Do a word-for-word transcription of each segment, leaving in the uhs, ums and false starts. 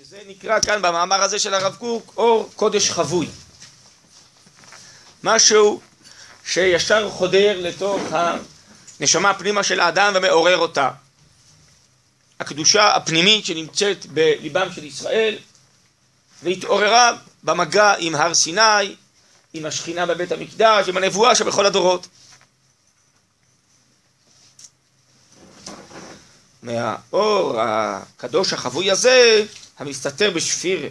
וזה נקרא כאן במאמר הזה של הרב קוק אור קודש חבוי. משהו שישר חודר לתוך הנשמה הפנימה של האדם ומעורר אותה. הקדושה הפנימית שנמצאת בליבם של ישראל והתעוררה במגע עם הר סיני, עם השכינה בבית המקדש, עם הנבואה שבכל הדורות. מהאור הקדוש החבוי הזה, המסתתר בשפיר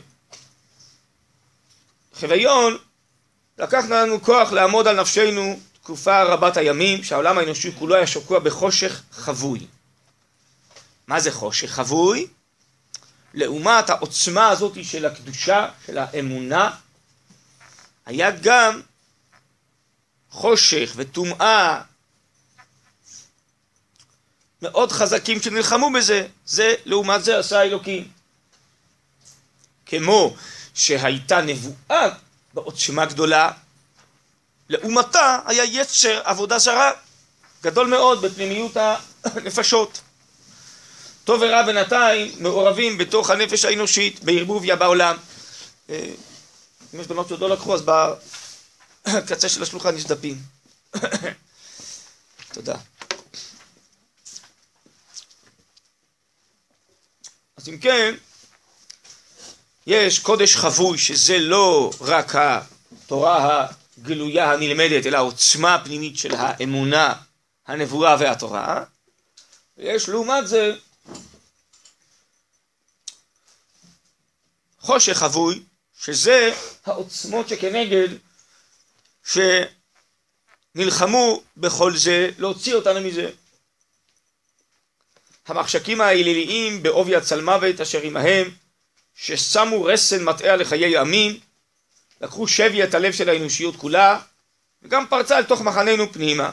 חוויון, לקחנו לנו כוח לעמוד על נפשנו תקופה רבת הימים, שהעולם האנושי כולו היה שוקע בחושך חבוי. מה זה חושך חבוי? לעומת העוצמה הזאת של הקדושה, של האמונה, היה גם חושך וטומאה מאוד חזקים שנלחמו בזה. זה לעומת זה עשה אלוקים. כמו שהייתה נבואה בעוצמה גדולה, לעומתה היה יצר עבודה זרה גדול מאוד בפנימיות הנפשות. טוב ורע בינתיים מעורבים בתוך הנפש האנושית בערבוביה בעולם. אם יש בנות שעוד לא לקחו, אז בקצה של השלוחן יש דפים. תודה. אז אם כן, יש קודש חבוי, שזה לא רק התורה הגלויה הנלמדת, אלא העוצמה הפנימית של האמונה, הנבואה והתורה. ויש לעומת זה חושך חבוי, שזה העוצמות שכנגד שנלחמו בכל זה, להוציא אותנו מזה. המחשקים האליליים בעובי הצלמוות אשר עמהם, ששמו רסן מטעה לחיי עמים, לקחו שבי את הלב של האנושיות כולה, וגם פרצה אל תוך מחננו פנימה.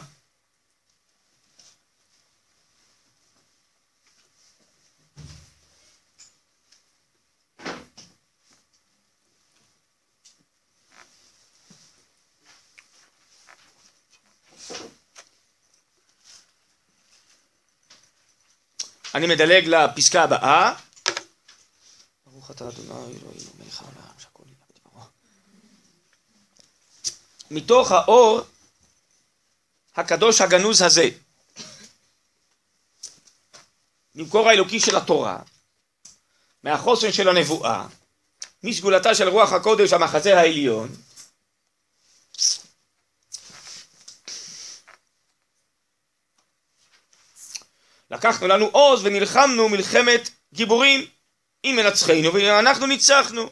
אני מדלג לפסקה הבאה. ברוך אתה אדוני אלוהינו מלך העולם שהכל נהיה בדברו. מתוך האור הקדוש הגנוז הזה, ממקור האלוקי של התורה, מהחוסן של הנבואה, מסגולתה של רוח הקודש המחזה העליון, לקחנו לנו עוז ונלחמנו מלחמת גיבורים עם מנצחנו, ואנחנו ניצחנו.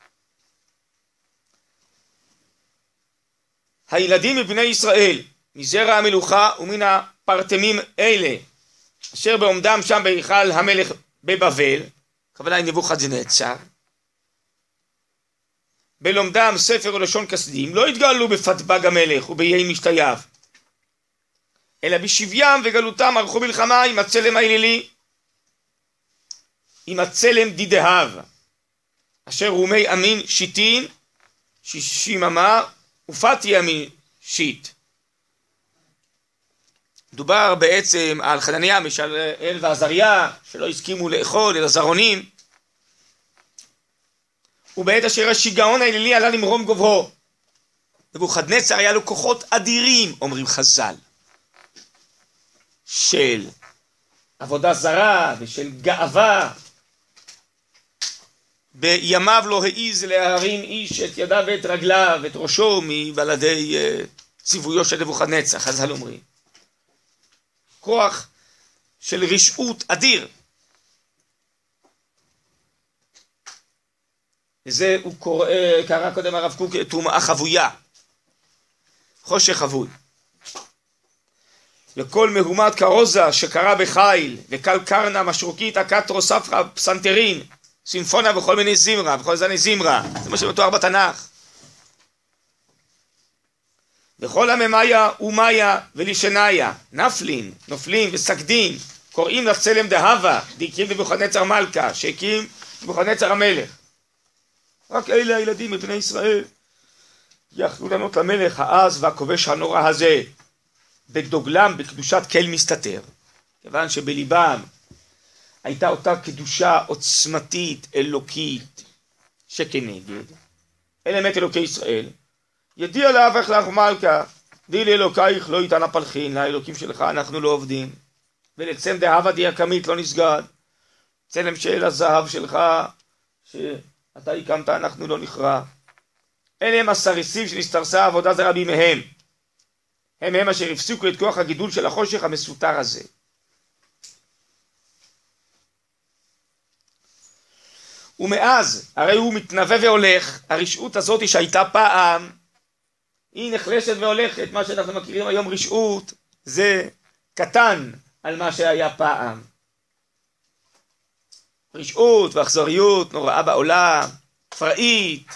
הילדים מבני ישראל מזרע המלוכה ומן הפרטמים אלה אשר בעומדם שם בהיכל המלך בבבל, הכוונה היא נבוכדנצר, בלומדם ספר ולשון כסדים, לא התגלו בפתבג המלך ובאיי משתייו, אלא בשביים וגלותם ערכו מלחמה עם הצלם האלילי, עם הצלם דידהב, אשר רומי אמין שיטין, שישים אמה, ופתי אמין שיט. דובר בעצם על חנניה, מישאל ועזריה, שלא הסכימו לאכול אלא זרעונים, ובעת אשר השיגעון האלילי עלה למרום גובהו. נבוכדנצר היה לו כוחות אדירים, אומרים חז"ל, של עבודה זרה ושל גאווה. בימיו לא העיז להרים איש את ידיו ואת רגליו ואת ראשו מבלעדי ציוויו של נבוכדנצר, חז"ל אומרים. כוח של רשעות אדיר. וזה הוא קורא, קרא קודם הרב קוק טומאה חבויה, חושך חבוי. לכל מהומת קרוזה שקרה בחיל וקל קרנה משרוקית הקטרו ספחה פסנתרין סימפונה וכל מיני זמרה וכל זני זמרה, זה מה שמתואר בתנ"ך. וכל הממיה ומיה ולישניה נפלין נופלים וסקדין קוראים לצלם דהבה דהקים נבוכדנצר מלכה שהקים נבוכדנצר המלך. רק אלה הילדים מבני ישראל יכלו לענות למלך העז והכובש הנורא הזה בדוגלם בקדושת כל מסתתר, כיוון שבליבם הייתה אותה קדושה עוצמתית, אלוקית, שכנגד. אלה אמת אלוקי ישראל. ידיע להפך לך מלכה, די לאלוקייך לא איתן הפלחין, לאלוקים שלך אנחנו לא עובדים. ולצם דהבה די הקמית לא נסגד. צלם של הזהב שלך, שאתה הקמת אנחנו לא נכרע. אלה הם הסריסים שנסתרסה עבודה זרה בימיהם. הם הם אשר הפסיקו את כוח הגידול של החושך המסותר הזה. ומאז, הרי הוא מתנווה והולך, הרשעות הזאת שהייתה פעם, היא נחלשת והולכת. מה שאנחנו מכירים היום רשעות, זה קטן על מה שהיה פעם. רשעות ואכזריות נוראה בעולם, פראית.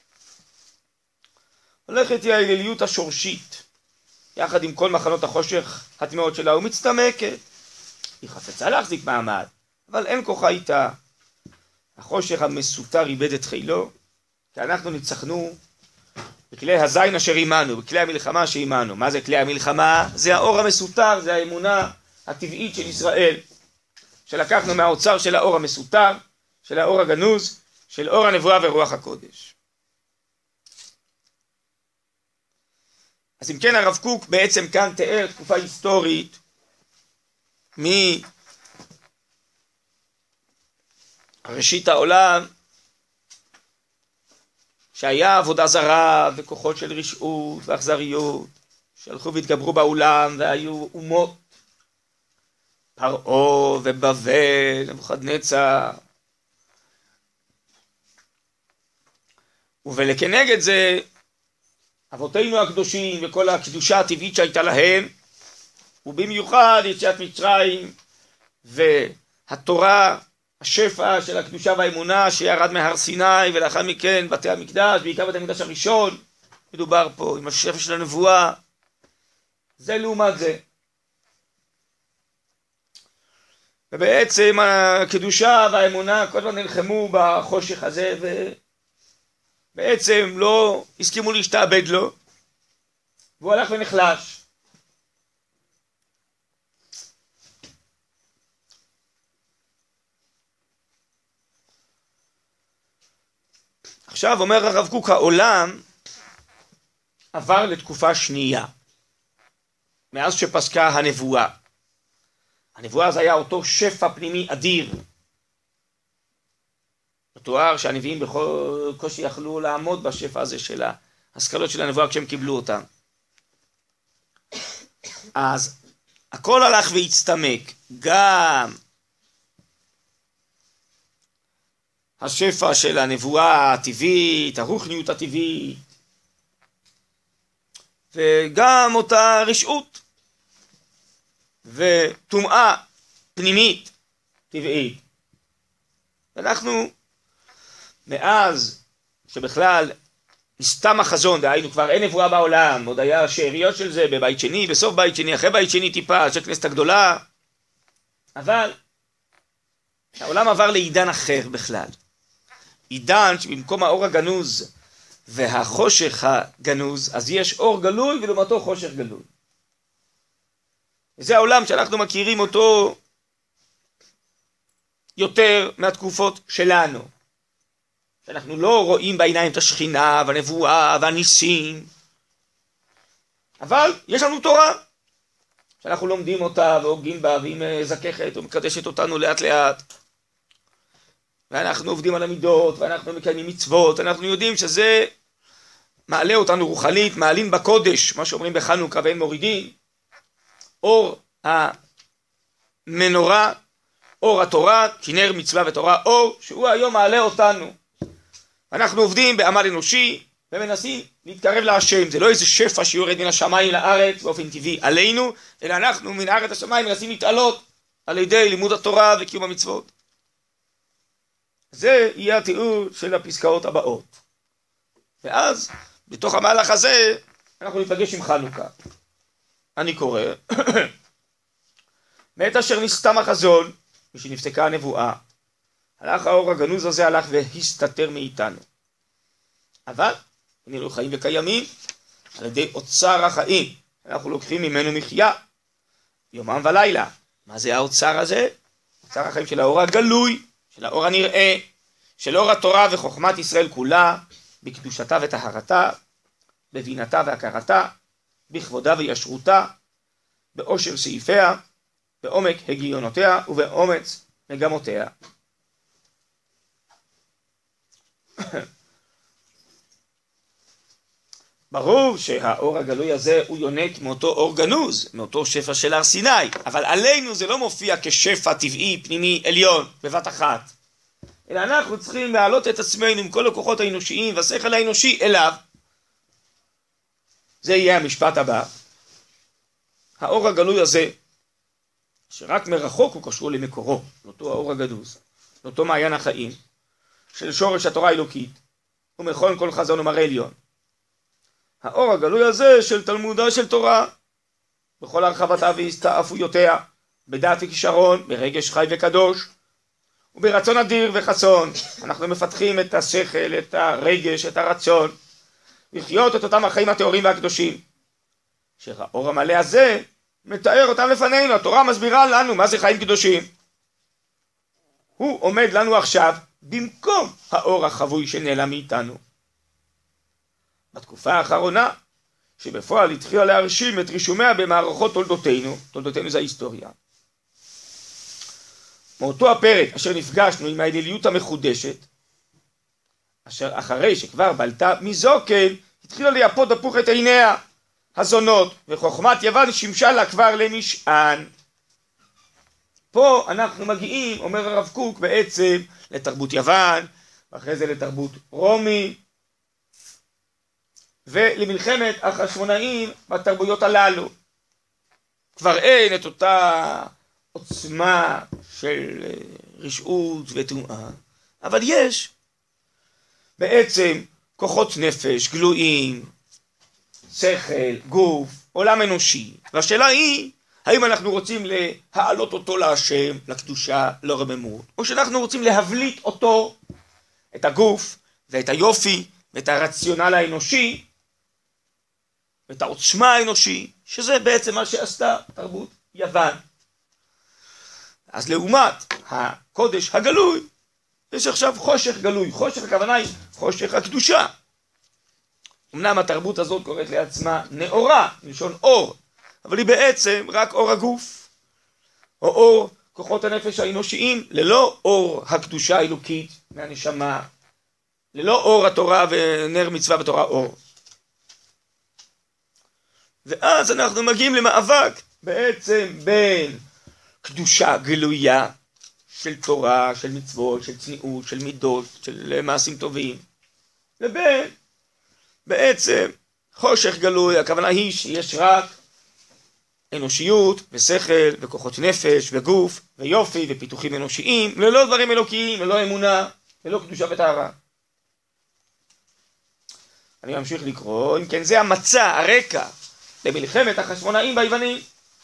הולכת היא האליליות השורשית, יחד עם כל מחנות החושך הטמעות שלה, ומצטמקת. היא חפצה להחזיק מעמד, אבל אין כוחה איתה. החושך המסותר איבד את חילו, כי אנחנו ניצחנו בכלי הזין אשר עימנו, בכלי המלחמה שעימנו. מה זה כלי המלחמה? זה האור המסותר, זה האמונה הטבעית של ישראל, שלקחנו מהאוצר של האור המסותר, של האור הגנוז, של אור הנבואה ורוח הקודש. אז אם כן, הרב קוק בעצם כאן תיאר תקופה היסטורית מראשית העולם, שהיה עבודה זרה וכוחות של רשעות ואכזריות שהלכו והתגברו בעולם, והיו אומות, פרעה ובבל, נבוכדנצר, ולכנגד זה אבותינו הקדושים וכל הקדושה הטבעית שהייתה להם, ובמיוחד יציאת מצרים והתורה, השפע של הקדושה והאמונה שירד מהר סיני, ולאחר מכן בתי המקדש, בעיקר בתי המקדש הראשון, מדובר פה עם השפע של הנבואה. זה לעומת זה. ובעצם הקדושה והאמונה כל הזמן נלחמו בחושך הזה, ובעצם לא הסכימו להשתעבד לו, והוא הלך ונחלש. עכשיו אומר הרב קוק, העולם עבר לתקופה שנייה, מאז שפסקה הנבואה. הנבואה זה היה אותו שפע פנימי אדיר. מתואר שהנביאים בקושי יכלו לעמוד בשפע הזה של ההשכלות של הנבואה כשהם קיבלו אותם. אז הכל הלך והצטמק, גם השפע של הנבואה הטבעית, הרוחניות הטבעית, וגם אותה רשעות וטומאה פנימית טבעית. אנחנו מאז שבכלל נסתם החזון, דהיינו כבר אין נבואה בעולם, עוד היה שאריות של זה בבית שני, בסוף בית שני, אחרי בית שני טיפה, של כנסת הגדולה, אבל העולם עבר לעידן אחר בכלל. עידן שבמקום האור הגנוז והחושך הגנוז, אז יש אור גלוי ולעומתו חושך גלוי. וזה העולם שאנחנו מכירים אותו יותר מהתקופות שלנו. שאנחנו לא רואים בעיניים את השכינה והנבואה והניסים. אבל יש לנו תורה, שאנחנו לומדים אותה והוגים בה, והיא מזככת ומקדשת אותנו לאט לאט. ואנחנו עובדים על המידות, ואנחנו מקיימים מצוות, אנחנו יודעים שזה מעלה אותנו רוחנית, מעלים בקודש, מה שאומרים בחנוכה ואין מורידים, אור המנורה, אור התורה, כנר מצווה ותורה, אור שהוא היום מעלה אותנו. אנחנו עובדים בעמל אנושי ומנסים להתקרב להשם. זה לא איזה שפע שיורד מן השמיים לארץ באופן טבעי עלינו, אלא אנחנו מן הארץ השמיים מנסים להתעלות על ידי לימוד התורה וקיום המצוות. זה יהיה התיאור של הפסקאות הבאות. ואז בתוך המהלך הזה אנחנו נפגש עם חנוכה. אני קורא מעת אשר נסתם החזון ושנפסקה הנבואה, הלך האור הגנוז הזה, הלך והסתתר מאיתנו. אבל אנחנו חיים וקיימים על ידי אוצר החיים, אנחנו לוקחים ממנו מחיה יומם ולילה. מה זה האוצר הזה? שר החיים של האור הגלוי, של האור הנראה, של אור התורה וחוכמת ישראל כולה, בקדושתה וטהרתה, בבינתה והכרתה, בכבודה וישרותה, באושר סעיפיה, בעומק הגיונותיה ובאומץ מגמותיה. ברור שהאור הגלוי הזה הוא יונק מאותו אור גנוז, מאותו שפע של הר סיני, אבל עלינו זה לא מופיע כשפע טבעי, פנימי, עליון, בבת אחת. אלא אנחנו צריכים להעלות את עצמנו עם כל הכוחות האנושיים והשכל האנושי אליו. זה יהיה המשפט הבא. האור הגלוי הזה, שרק מרחוק הוא קשור למקורו, לאותו האור הגנוז, לאותו מעיין החיים, של שורש התורה האלוקית, ומכון כל חזון ומראה עליון. האור הגלוי הזה של תלמודה של תורה, בכל הרחבתה והסתעפויותיה, בדעת וכישרון, ברגש חי וקדוש, וברצון אדיר וחסון. אנחנו מפתחים את השכל, את הרגש, את הרצון, לחיות את אותם החיים הטהורים והקדושים. שהאור המלא הזה מתאר אותם לפנינו, התורה מסבירה לנו מה זה חיים קדושים. הוא עומד לנו עכשיו במקום האור החבוי שנעלם מאיתנו. בתקופה האחרונה, שבפועל התחילה להרשים את רישומיה במערכות תולדותינו, תולדותינו זה ההיסטוריה. מאותו הפרק אשר נפגשנו עם האליליות המחודשת, אשר אחרי שכבר בלטה מזוקן, התחילה לייפות הפוך את עיניה הזונות, וחוכמת יוון שימשה לה כבר למשען. פה אנחנו מגיעים, אומר הרב קוק, בעצם לתרבות יוון, ואחרי זה לתרבות רומי, ולמלחמת החשמונאים בתרבויות הללו. כבר אין את אותה עוצמה של רשעות ותאומה, אבל יש בעצם כוחות נפש גלויים, שכל, גוף, עולם אנושי. והשאלה היא, האם אנחנו רוצים להעלות אותו להשם, לקדושה, לרוממות, או שאנחנו רוצים להבליט אותו, את הגוף ואת היופי ואת הרציונל האנושי, ואת העוצמה האנושי, שזה בעצם מה שעשתה תרבות יוון. אז לעומת הקודש הגלוי, יש עכשיו חושך גלוי. חושך הכוונה היא חושך הקדושה. אמנם התרבות הזאת קוראת לעצמה נאורה, מלשון אור, אבל היא בעצם רק אור הגוף, או אור כוחות הנפש האנושיים, ללא אור הקדושה האלוקית מהנשמה, ללא אור התורה ונר מצווה בתורה אור. ואז אנחנו מגיעים למאבק בעצם בין קדושה גלויה של תורה, של מצוות, של צניעות, של מידות, של מעשים טובים, לבין בעצם חושך גלוי. הכוונה היא שיש רק אנושיות ושכל וכוחות נפש וגוף ויופי ופיתוחים אנושיים, ללא דברים אלוקיים, ללא אמונה, ללא קדושה וטהרה. אני ממשיך לקרוא. אם כן, זה המצע, הרקע למלחמת החשמונאים ביוונים.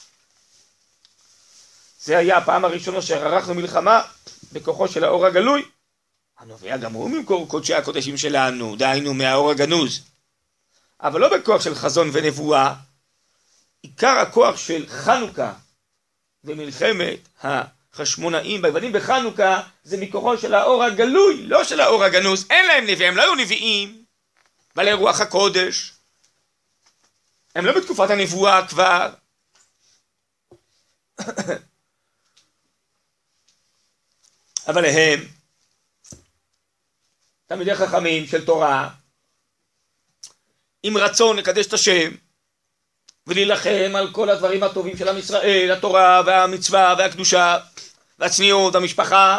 זה היה הפעם הראשונה שערכנו מלחמה בכוחו של האור הגלוי, הנובע גם הוא ממקור קודשי הקודשים שלנו, דהיינו מהאור הגנוז, אבל לא בכוח של חזון ונבואה. עיקר הכוח של חנוכה ומלחמת החשמונאים ביוונים בחנוכה זה מכוחו של האור הגלוי, לא של האור הגנוז. אין להם נביאים, הם לא היו נביאים בעלי רוח הקודש, הם לא בתקופת הנבואה כבר. אבל הם תלמידי חכמים של תורה, עם רצון לקדש את השם ולהילחם על כל הדברים הטובים של עם ישראל, התורה והמצווה והקדושה והצניעות, המשפחה,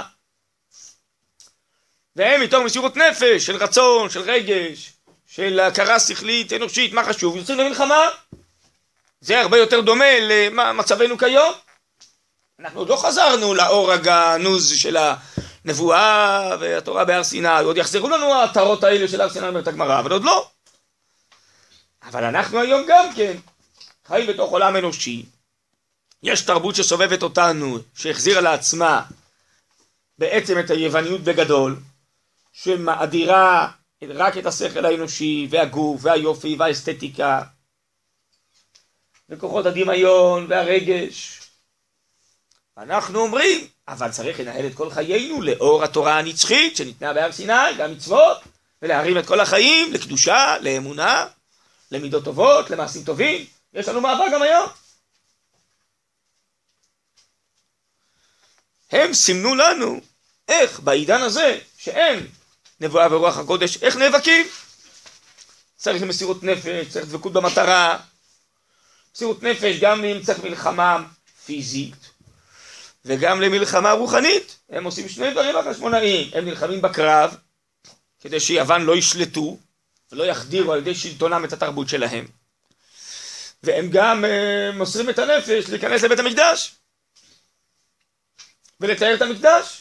והם מתוך מסירות נפש של רצון, של רגש, של הכרה שכלית אנושית, מה חשוב, יוצאים למלחמה. זה הרבה יותר דומה למצבנו כיום. אנחנו עוד לא חזרנו לאור הגנוז של הנבואה והתורה בהר סיני, עוד יחזרו לנו העטרות האלה של הר סיני, אומרת הגמרא, אבל עוד לא. אבל אנחנו היום גם כן חיים בתוך עולם אנושי. יש תרבות שסובבת אותנו, שהחזירה לעצמה בעצם את היווניות בגדול, שמאדירה רק את השכל האנושי והגוף והיופי והאסתטיקה וכוחות הדמיון והרגש. אנחנו אומרים אבל צריך לנהל את כל חיינו לאור התורה הנצחית שניתנה בהר סיני, גם מצוות, ולהרים את כל החיים לקדושה, לאמונה, למידות טובות, למעשים טובים. יש לנו מאבק גם היום. הם סימנו לנו איך בעידן הזה שאין נבואה ורוח הקודש, איך נאבקים. צריך מסירות נפש, צריך דבקות במטרה. מסירות נפש גם אם צריך מלחמה פיזית וגם למלחמה רוחנית. הם עושים שני דברים החשמונאים. הם נלחמים בקרב כדי שיוון לא ישלטו ולא יחדירו על ידי שלטונם את התרבות שלהם. והם גם uh, מוסרים את הנפש להיכנס לבית המקדש ולתאר את המקדש.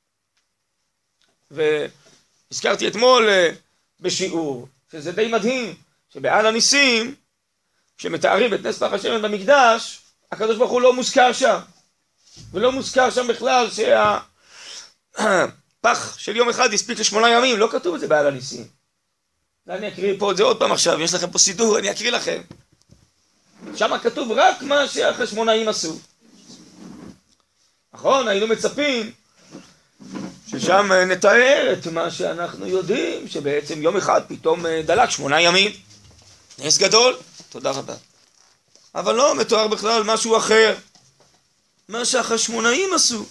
והזכרתי אתמול uh, בשיעור שזה די מדהים שבעל הניסים כשמתארים את נס פך השמן במקדש הקדוש ברוך הוא לא מוזכר שם, ולא מוזכר שם בכלל שהפח של יום אחד הספיק לשמונה ימים. לא כתוב את זה בעל הניסים. ואני אקריא פה את זה עוד פעם עכשיו, יש לכם פה סידור, אני אקריא לכם. שם כתוב רק מה שהחשמונאים עשו. נכון, היינו מצפים ששם נתאר את מה שאנחנו יודעים, שבעצם יום אחד פתאום דלק שמונה ימים. נס גדול, תודה רבה. אבל לא, מתואר בכלל משהו אחר. מה שהחשמונאים עשו.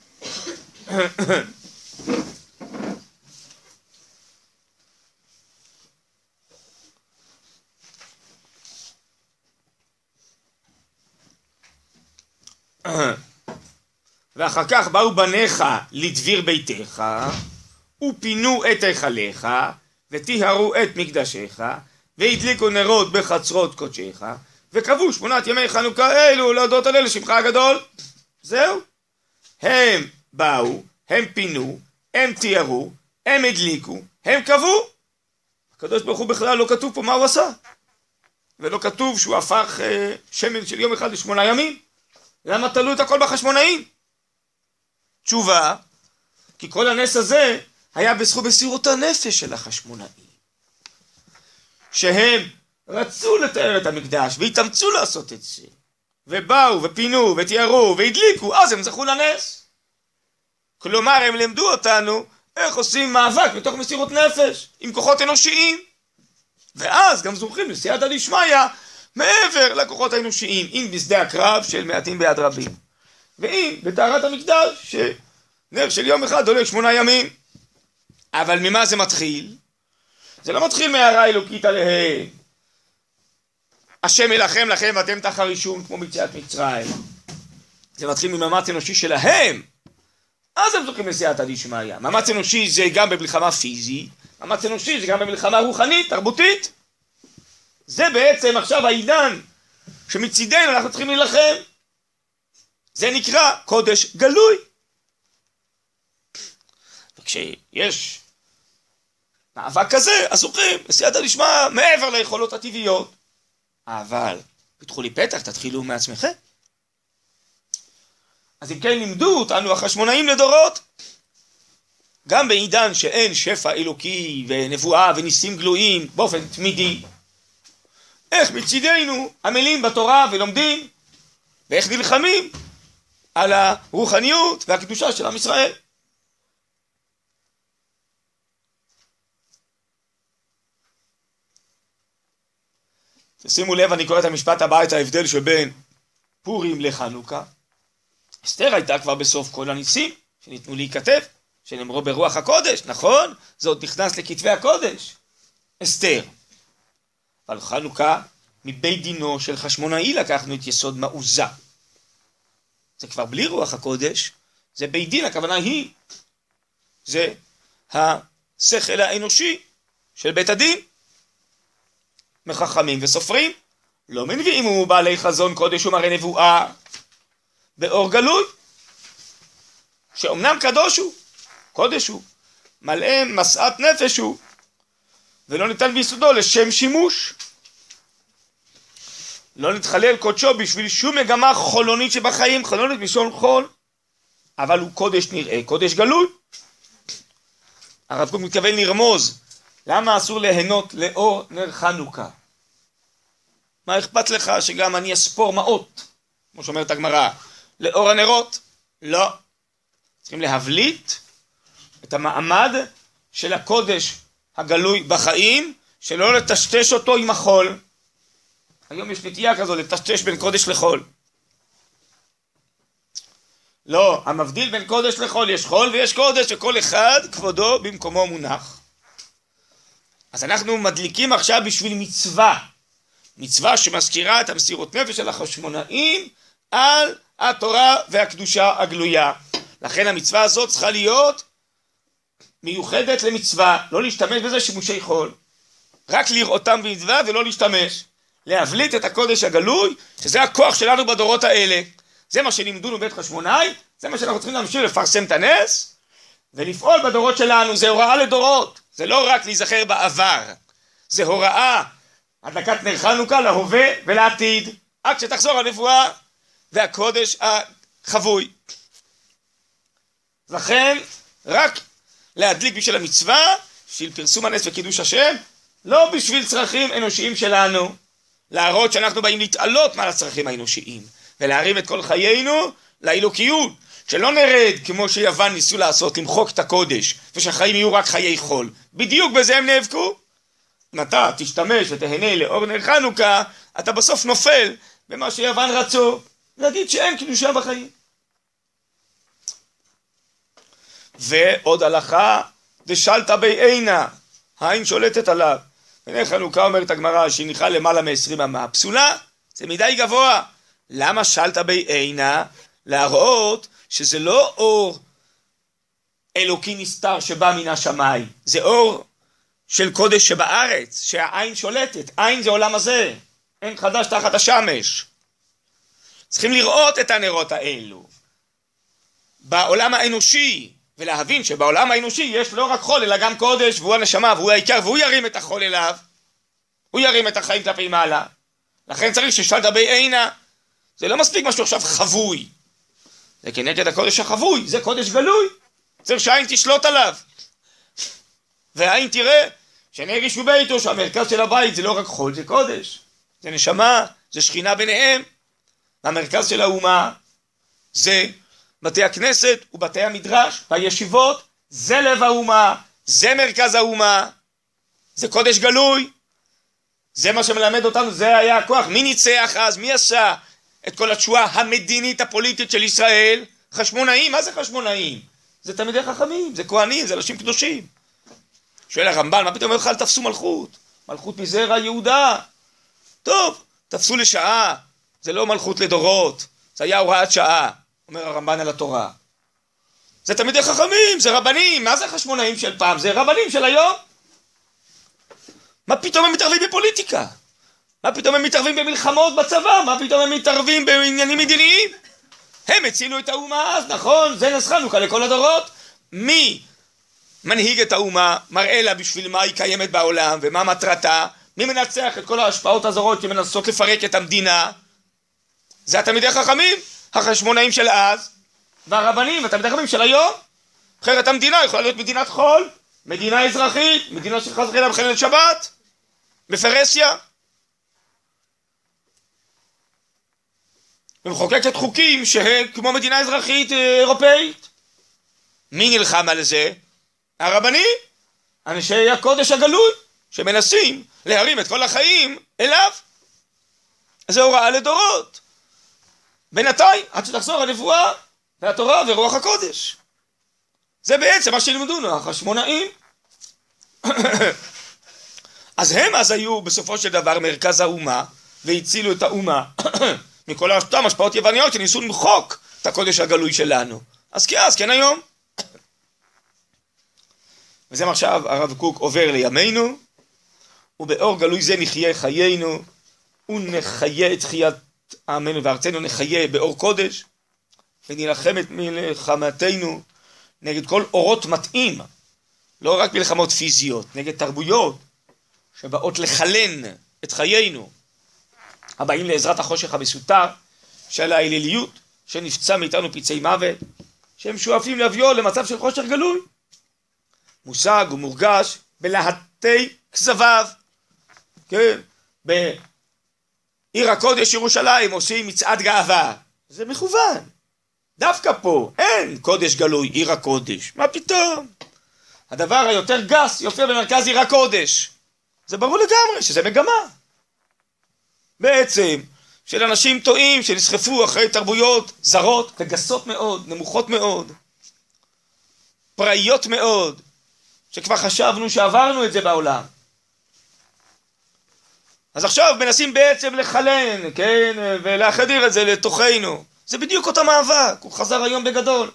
ואחר כך באו בניך לדביר ביתך, ופינו את היכליך, וטיהרו את מקדשיך, והדליקו נרות בחצרות קודשיך, וקבעו שמונת ימי חנוכה אלו להודות על אלה שמך הגדול. זהו. הם באו, הם פינו, הם תיארו, הם הדליקו, הם קבעו. הקדוש ברוך הוא בכלל לא כתוב פה מה הוא עשה. ולא כתוב שהוא הפך אה, שמן של יום אחד לשמונה ימים. למה תלו את הכל בחשמונאים? תשובה, כי כל הנס הזה היה בזכות מסירות הנפש של החשמונאים. שהם רצו לתאר את המקדש והתאמצו לעשות את זה. ובאו ופינו ותיארו והדליקו, אז הם זכו לנס. כלומר, הם למדו אותנו איך עושים מאבק בתוך מסירות נפש, עם כוחות אנושיים. ואז גם זוכים לסייעתא דשמיא מעבר לכוחות האנושיים, אם בשדה הקרב של מעטים ביד רבים. ואם בטהרת המקדש, שנר של יום אחד עולה שמונה ימים. אבל ממה זה מתחיל? זה לא מתחיל מהערה אלוקית עליהם. השם ילחם לכם ואתם תחרישון כמו ביציאת מצרים. זה מתחיל ממאמץ אנושי שלהם. אז הם זוכים לסייעתא דשמיא. מאמץ אנושי זה גם במלחמה פיזית, מאמץ אנושי זה גם במלחמה רוחנית, תרבותית. זה בעצם עכשיו העידן שמצידנו אנחנו צריכים להילחם. זה נקרא קודש גלוי. וכשיש מאבק כזה, אז זוכים לסייעתא דשמיא מעבר ליכולות הטבעיות. אבל פתחו לי פתח, תתחילו מעצמכם. אז אם כן לימדו אותנו החשמונאים לדורות, גם בעידן שאין שפע אלוקי ונבואה וניסים גלויים באופן תמידי, איך מצידנו עמלים בתורה ולומדים, ואיך נלחמים על הרוחניות והקדושה של עם ישראל. שימו לב, אני קורא את המשפט הבא, את ההבדל שבין פורים לחנוכה. אסתר הייתה כבר בסוף כל הניסים שניתנו להיכתב, שנאמרו ברוח הקודש, נכון? זה עוד נכנס לכתבי הקודש. אסתר. אבל חנוכה, מבית דינו של חשמונאי לקחנו את יסוד מעוזה. זה כבר בלי רוח הקודש, זה בית דין, הכוונה היא, זה השכל האנושי של בית הדין. מחכמים וסופרים, לא מנביאים ובעלי חזון קודש ומראה נבואה, באור גלוי, שאומנם קדוש הוא, קודש הוא, מלא משאת נפש הוא, ולא ניתן ביסודו לשם שימוש. לא נתחלל קודשו בשביל שום מגמה חולונית שבחיים, חולונית בשון חול, אבל הוא קודש נראה, קודש גלוי. הרב קוק מתכוון לרמוז, למה אסור ליהנות לאור נר חנוכה? מה אכפת לך שגם אני אספור מעות, כמו שאומרת הגמרא, לאור הנרות? לא. צריכים להבליט את המעמד של הקודש הגלוי בחיים, שלא לטשטש אותו עם החול. היום יש נטייה כזו לטשטש בין קודש לחול. לא, המבדיל בין קודש לחול, יש חול ויש קודש, וכל אחד כבודו במקומו מונח. אז אנחנו מדליקים עכשיו בשביל מצווה, מצווה שמזכירה את המסירות נפש של החשמונאים על התורה והקדושה הגלויה. לכן המצווה הזאת צריכה להיות מיוחדת למצווה, לא להשתמש בזה שימושי חול, רק לראותם במצווה ולא להשתמש, להבליט את הקודש הגלוי, שזה הכוח שלנו בדורות האלה. זה מה שלימדונו בית חשמונאי, זה מה שאנחנו צריכים להמשיך לפרסם את הנס ולפעול בדורות שלנו. זה הוראה לדורות, זה לא רק להיזכר בעבר, זה הוראה, הדלקת נר חנוכה להווה ולעתיד, עד שתחזור הנבואה והקודש החבוי. לכן רק להדליק בשביל המצווה, בשביל פרסום הנס וקידוש השם, לא בשביל צרכים אנושיים שלנו, להראות שאנחנו באים להתעלות מעל הצרכים האנושיים, ולהרים את כל חיינו לאלוקיות, שלא נרד כמו שיוון ניסו לעשות, למחוק את הקודש, ושהחיים יהיו רק חיי חול. בדיוק בזה הם נאבקו. אם אתה תשתמש ותהנה לאור נר חנוכה, אתה בסוף נופל במה שיוון רצו, להגיד שאין קדושה בחיים. ועוד הלכה, דשלתא בי עינא, העין שולטת עליו. ונר חנוכה אומרת הגמרא שהניחה למעלה מ-עשרים אמה, פסולה, זה מדי גבוה. למה שלתא בי עינא? להראות שזה לא אור אלוקי נסתר שבא מן השמיים, זה אור של קודש שבארץ, שהעין שולטת. עין זה עולם הזה, אין חדש תחת השמש. צריכים לראות את הנרות האלו בעולם האנושי, ולהבין שבעולם האנושי יש לא רק חול אלא גם קודש, והוא הנשמה והוא העיקר, והוא ירים את החול אליו, הוא ירים את החיים כלפי מעלה. לכן צריך ששלתא בי עינא, זה לא מספיק משהו עכשיו חבוי, זה כנגד הקודש החבוי, זה קודש גלוי, צריך שהעין תשלוט עליו, והעין תראה שנר איש וביתו, שהמרכז של הבית זה לא רק חול, זה קודש, זה נשמה, זה שכינה ביניהם, והמרכז של האומה זה בתי הכנסת ובתי המדרש והישיבות, זה לב האומה, זה מרכז האומה, זה קודש גלוי, זה מה שמלמד אותנו, זה היה הכוח. מי ניצח אז? מי עשה את כל התשואה המדינית הפוליטית של ישראל? חשמונאים. מה זה חשמונאים? זה תלמידי חכמים, זה כהנים, זה אנשים קדושים. שואל הרמב"ן, מה פתאום בכלל תפסו מלכות? מלכות מזרע יהודה. טוב, תפסו לשעה, זה לא מלכות לדורות, זה היה הוראת שעה, אומר הרמב"ן על התורה. זה תלמידי חכמים, זה רבנים. מה זה חשמונאים של פעם? זה רבנים של היום. מה פתאום הם מתערבים בפוליטיקה? מה פתאום הם מתערבים במלחמות בצבא? מה פתאום הם מתערבים בעניינים מדיניים? הם הצילו את האומה אז, נכון? זה נס חנוכה לכל הדורות. מי מנהיג את האומה? מראה לה בשביל מה היא קיימת בעולם ומה מטרתה. מי מנצח את כל ההשפעות הזרות שמנסות לפרק את המדינה? זה התלמידי החכמים, החשמונאים של אז, והרבנים והתלמידי החכמים של היום. אחרת המדינה יכולה להיות מדינת חול, מדינה אזרחית, מדינה של חס וחלילה מחללת שבת, בפרסיה, ומחוקקת חוקים שהם כמו מדינה אזרחית אירופאית. מי נלחם על זה? הרבנים, אנשי הקודש הגלוי, שמנסים להרים את כל החיים אליו. זה הוראה לדורות. בינתיים, עד שתחזור הנבואה והתורה ורוח הקודש. זה בעצם מה שלימדונו, החשמונאים. אז הם אז היו בסופו של דבר מרכז האומה, והצילו את האומה מכל אותם השפעות יווניות שניסו למחוק את הקודש הגלוי שלנו. אז כי אז, כן היום. וזה מה עכשיו הרב קוק עובר לימינו, ובאור גלוי זה נחיה חיינו, ונחיה את חיית עמנו וארצנו, נחיה באור קודש, ונלחם את מלחמתנו נגד כל אורות מתאים, לא רק מלחמות פיזיות, נגד תרבויות שבאות לחלן את חיינו, הבאים לעזרת החושך המסותר של האליליות שנפצע מאיתנו פצעי מוות, שהם שואפים להביאו למצב של חושך גלוי, מושג ומורגש בלהטי כזביו. כן, בעיר הקודש ירושלים עושים מצעד גאווה, זה מכוון, דווקא פה אין קודש גלוי, עיר הקודש. מה פתאום? הדבר היותר גס יופיע במרכז עיר הקודש. זה ברור לגמרי שזה מגמה. בעצם, של אנשים טועים שנסחפו אחרי תרבויות זרות וגסות מאוד, נמוכות מאוד, פראיות מאוד, שכבר חשבנו שעברנו את זה בעולם. אז עכשיו מנסים בעצם לחלן, כן, ולהחדיר את זה לתוכנו. זה בדיוק אותו מאבק, הוא חזר היום בגדול.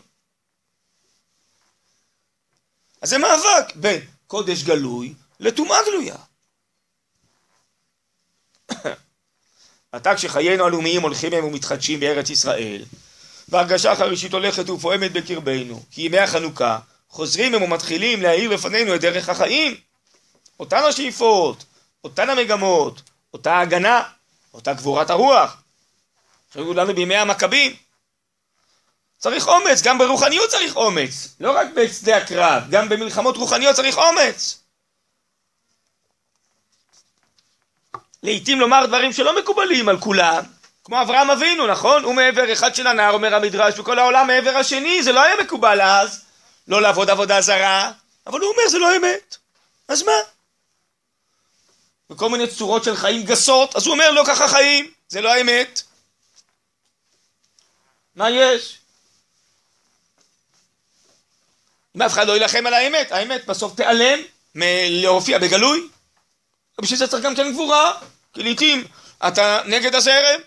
אז זה מאבק בין קודש גלוי לטומאה גלויה. עתה כשחיינו הלאומיים הולכים הם ומתחדשים בארץ ישראל, והרגשה חרישית הולכת ופועמת בקרבנו, כי ימי החנוכה חוזרים הם ומתחילים להאיר לפנינו את דרך החיים. אותן השאיפות, אותן המגמות, אותה הגנה, אותה גבורת הרוח, שהיו לנו בימי המכבים. צריך אומץ, גם ברוחניות צריך אומץ, לא רק בשדה הקרב, גם במלחמות רוחניות צריך אומץ. לעתים לומר דברים שלא מקובלים על כולם, כמו אברהם אבינו, נכון? הוא מעבר אחד של הנהר, אומר המדרש, וכל העולם מעבר השני, זה לא היה מקובל אז, לא לעבוד עבודה זרה, אבל הוא אומר זה לא אמת. אז מה? וכל מיני צורות של חיים גסות, אז הוא אומר לא ככה חיים, זה לא האמת. מה יש? אם אף אחד לא ילחם על האמת, האמת בסוף תיעלם מלהופיע בגלוי. ובשביל זה צריך גם כן גבורה, כי לעתים אתה נגד הזרם.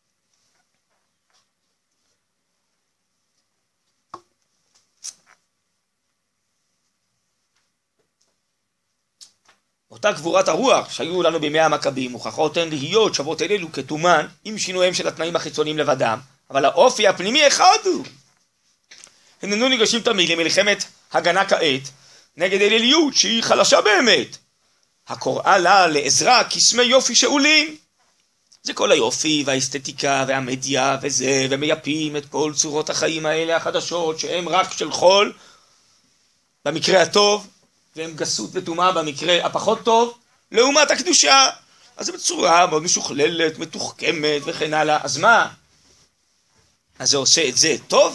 אותה גבורת הרוח שהיו לנו בימי המכבים, מוכרחות הן להיות שוות אלו כתומן, עם שינויים של התנאים החיצוניים לבדם, אבל האופי הפנימי אחד הוא. הננו ניגשים תמיד למלחמת הגנה כעת, נגד אליליות שהיא חלשה באמת, הקוראה לה לעזרה כסמי יופי שאולים. זה כל היופי והאסתטיקה והמדיה וזה, ומייפים את כל צורות החיים האלה החדשות, שהן רק של חול, במקרה הטוב, והם גסות וטומאה במקרה הפחות טוב, לעומת הקדושה. אז זה בצורה מאוד משוכללת, מתוחכמת וכן הלאה. אז מה? אז זה עושה את זה טוב?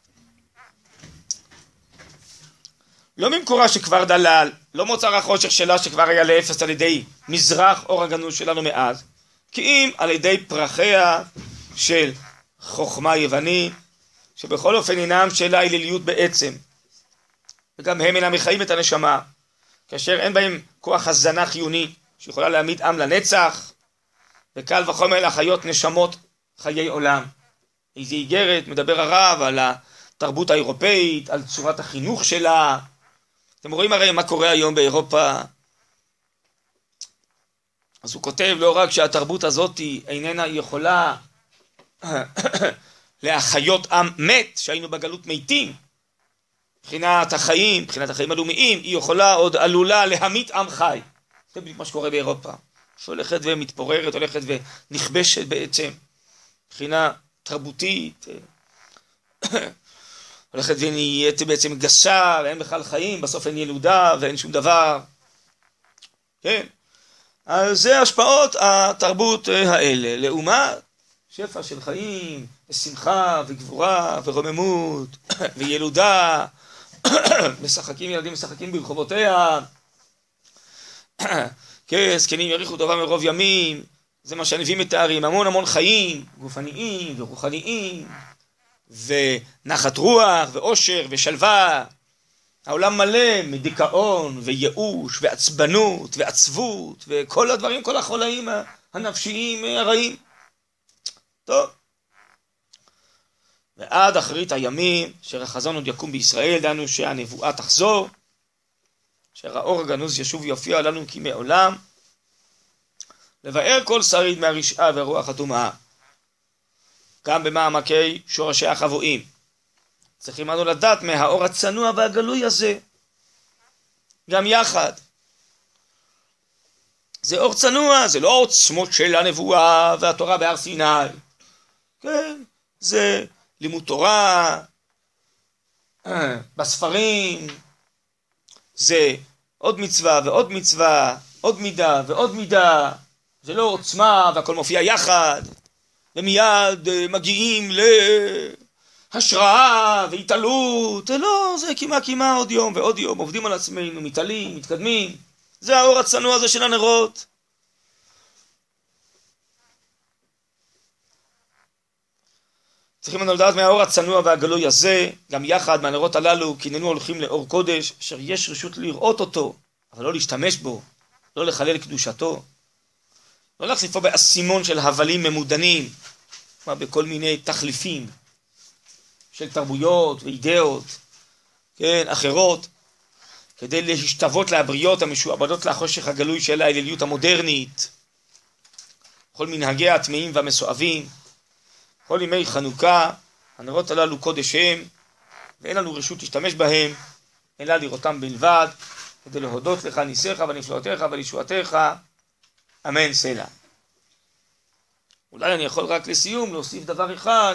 לא ממקורה שכבר דלל, לא מוצר החושך שלה שכבר היה לאפס על ידי מזרח אור הגנוז שלנו מאז, כי אם על ידי פרחיה של חוכמה יווני, שבכל אופן אינם של האליליות בעצם, וגם הם אינם מחיים את הנשמה, כאשר אין בהם כוח הזנה חיוני שיכולה להעמיד עם לנצח, וקל וחומר לחיות נשמות חיי עולם. איזו איגרת מדבר הרב על התרבות האירופאית, על צורת החינוך שלה. אתם רואים הרי מה קורה היום באירופה. אז הוא כותב לא רק שהתרבות הזאת איננה יכולה להחיות עם מת, שהיינו בגלות מתים, מבחינת החיים, מבחינת החיים הלאומיים, היא יכולה עוד עלולה להמית עם חי. זה בדיוק מה שקורה באירופה, שהולכת ומתפוררת, הולכת ונכבשת בעצם, מבחינה תרבותית, הולכת ונהיית בעצם גסה, ואין בכלל חיים, בסוף אין ילודה ואין שום דבר. כן, אז זה השפעות התרבות האלה, לעומת שפע של חיים, ושמחה וגבורה ורוממות וילודה, משחקים ילדים משחקים ברחובותיה, כן, זקנים יאריכו טובה מרוב ימים, זה מה שהנביאים מתארים, המון המון חיים, גופניים ורוחניים, ונחת רוח ואושר ושלווה. העולם מלא מדיכאון וייאוש ועצבנות ועצבות וכל הדברים, כל החולאים הנפשיים הרעים. טוב. ועד אחרית הימים, אשר החזון עוד יקום בישראל, דנו שהנבואה תחזור, אשר האור הגנוז ישוב ויופיע לנו כמעולם, לבאר כל שריד מהרשעה והרוח הטומאה, גם במעמקי שורשי החבואים. צריכים אנו לדעת מהאור הצנוע והגלוי הזה, גם יחד. זה אור צנוע, זה לא עוצמות של הנבואה והתורה בהר סיני. כן, זה לימוד תורה, בספרים, זה עוד מצווה ועוד מצווה, עוד מידה ועוד מידה, זה לא עוצמה והכל מופיע יחד, ומיד מגיעים השראה והתעלות, לא, זה כמעט כמעט עוד יום ועוד יום, עובדים על עצמנו, מתעלים, מתקדמים, זה האור הצנוע הזה של הנרות. צריכים לנו לדעת מהאור הצנוע והגלוי הזה, גם יחד מהנרות הללו, כי איננו הולכים לאור קודש, אשר יש רשות לראות אותו, אבל לא להשתמש בו, לא לחלל קדושתו, לא להחליפו באסימון של הבלים ממודנים, כמו בכל מיני תחליפים של תרבויות ואידאות, כן, אחרות, כדי להשתוות להבריות המשועבדות לחושך הגלוי של האליליות המודרנית, כל מנהגי הטמאים והמסואבים, כל ימי חנוכה, הנרות הללו קודש הם, ואין לנו רשות להשתמש בהם, אלא לראותם בלבד, כדי להודות לך ניסיך ונפלאותיך ולישועתך, אמן סלע. אולי אני יכול רק לסיום להוסיף דבר אחד,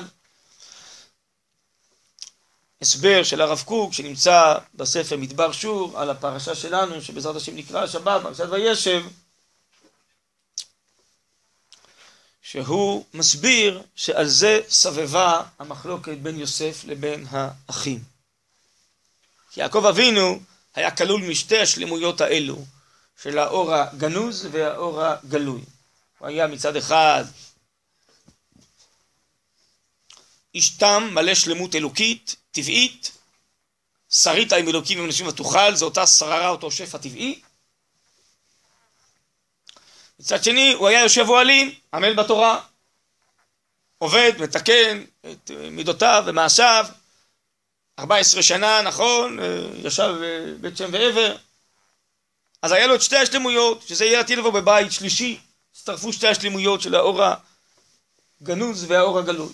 הסבר של הרב קוק שנמצא בספר מדבר שור על הפרשה שלנו שבעזרת השם נקרא השבת, פרשת וישב, שהוא מסביר שעל זה סבבה המחלוקת בין יוסף לבין האחים. כי יעקב אבינו היה כלול משתי השלמויות האלו, של האור הגנוז והאור הגלוי. הוא היה מצד אחד איש תם מלא שלמות אלוקית, טבעית, שרית עם אלוקים ומנשים ותוכל, זו אותה שררה, אותו שפע טבעי. מצד שני, הוא היה יושב אוהלים, עמל בתורה, עובד, מתקן את מידותיו ומעשיו, ארבע עשרה שנה, נכון, ישב בית שם ועבר, אז היה לו את שתי השלמויות, שזה יהיה עתיד לבוא בבית שלישי, הצטרפו שתי השלמויות של האור הגנוז והאור הגלוי.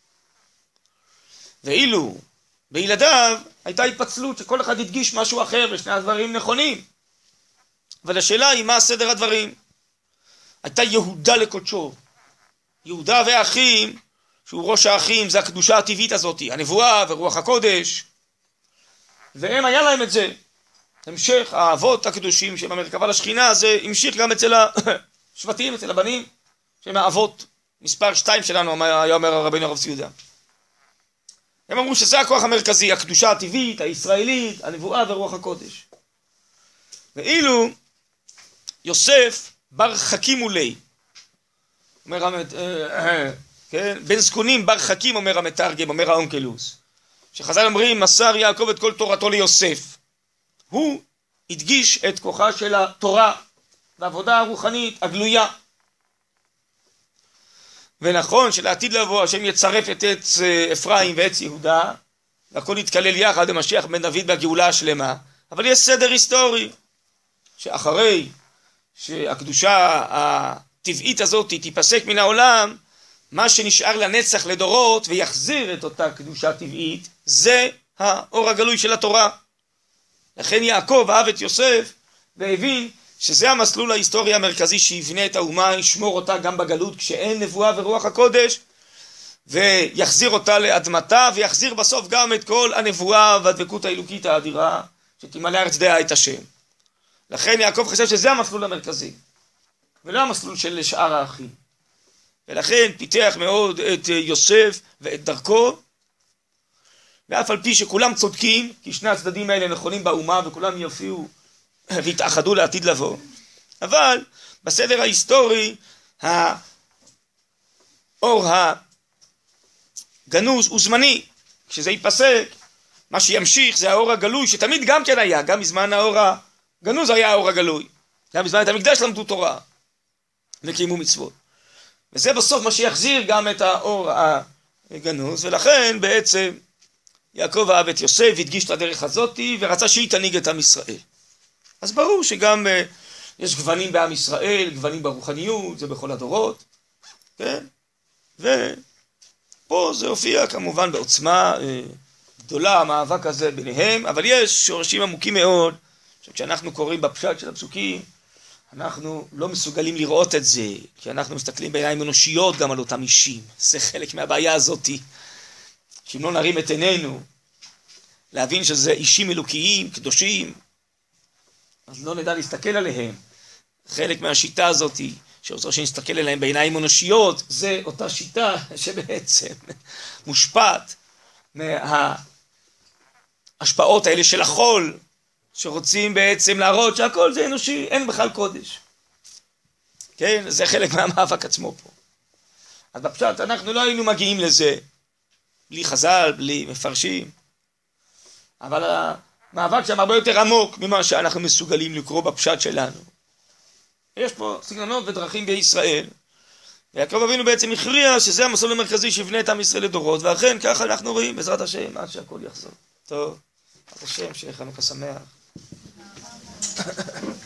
ואילו בילדיו הייתה התפצלות שכל אחד הדגיש משהו אחר ושני הדברים נכונים. אבל השאלה היא מה סדר הדברים. הייתה יהודה לקודשו. יהודה והאחים, שהוא ראש האחים, זה הקדושה הטבעית הזאת, הנבואה ורוח הקודש. והם היה להם את זה. המשך האבות הקדושים שהם המרכבה לשכינה, זה המשיך גם אצל השבטים, אצל הבנים, שהם האבות. מספר שתיים שלנו, היה אומר הרבינו הרב ציודה. הם אמרו שזה הכוח המרכזי, הקדושה הטבעית, הישראלית, הנבואה ורוח הקודש. ואילו יוסף בר חכים ולי, אומר המת... כן? בן זקונים בר חכים, אומר המתרגם, אומר האונקלוס, שחז"ל אומרים, מסר יעקב את כל תורתו ליוסף. הוא הדגיש את כוחה של התורה והעבודה הרוחנית הגלויה. ונכון שלעתיד לבוא השם יצרף את עץ אפרים ועץ יהודה, והכל יתכלל יחד במשיח בן דוד בגאולה השלמה. אבל יש סדר היסטורי, שאחרי שהקדושה הטבעית הזאת תיפסק מן העולם, מה שנשאר לנצח לדורות ויחזיר את אותה קדושה טבעית, זה האור הגלוי של התורה. לכן יעקב אהב את יוסף והבין שזה המסלול ההיסטורי המרכזי שיבנה את האומה, ישמור אותה גם בגלות כשאין נבואה ורוח הקודש, ויחזיר אותה לאדמתה, ויחזיר בסוף גם את כל הנבואה והדבקות האלוקית האדירה, שתמלא ארץ דעה את השם. לכן יעקב חשב שזה המסלול המרכזי, ולא המסלול של שאר האחים. ולכן פיתח מאוד את יוסף ואת דרכו, ואף על פי שכולם צודקים, כי שני הצדדים האלה נכונים באומה, וכולם יופיעו והתאחדו לעתיד לבוא. אבל בסדר ההיסטורי, האור הגנוז הוא זמני. כשזה ייפסק, מה שימשיך זה האור הגלוי, שתמיד גם כן היה, גם בזמן האור הגנוז היה האור הגלוי. גם בזמן את המקדש למדו תורה וקיימו מצוות. וזה בסוף מה שיחזיר גם את האור הגנוז, ולכן בעצם יעקב אהב את יוסף, הדגיש את הדרך הזאת, ורצה שהיא תנהיג את עם ישראל. אז ברור שגם uh, יש גוונים בעם ישראל, גוונים ברוחניות, זה בכל הדורות, כן? ופה זה הופיע כמובן בעוצמה uh, גדולה, המאבק הזה ביניהם, אבל יש שורשים עמוקים מאוד, שכשאנחנו קוראים בפשט של הפסוקים, אנחנו לא מסוגלים לראות את זה, כי אנחנו מסתכלים בעיניים אנושיות גם על אותם אישים. זה חלק מהבעיה הזאת, שאם לא נרים את עינינו, להבין שזה אישים אלוקיים, קדושים, אז לא נדע להסתכל עליהם. חלק מהשיטה הזאת, שרוצה שנסתכל עליהם בעיניים אנושיות, זה אותה שיטה שבעצם מושפעת מההשפעות האלה של החול, שרוצים בעצם להראות שהכל זה אנושי, אין בכלל קודש. כן, זה חלק מהמאבק עצמו פה. אז בפשט אנחנו לא היינו מגיעים לזה, בלי חז"ל, בלי מפרשים, אבל המאבק שם הרבה יותר עמוק ממה שאנחנו מסוגלים לקרוא בפשט שלנו. יש פה סגנונות ודרכים בישראל, ויעקב אבינו בעצם הכריע שזה המסלול המרכזי שיבנה את עם ישראל לדורות, ואכן ככה אנחנו רואים בעזרת השם עד שהכל יחזור. טוב, בעזרת השם, שיהיה חנוכה שמח.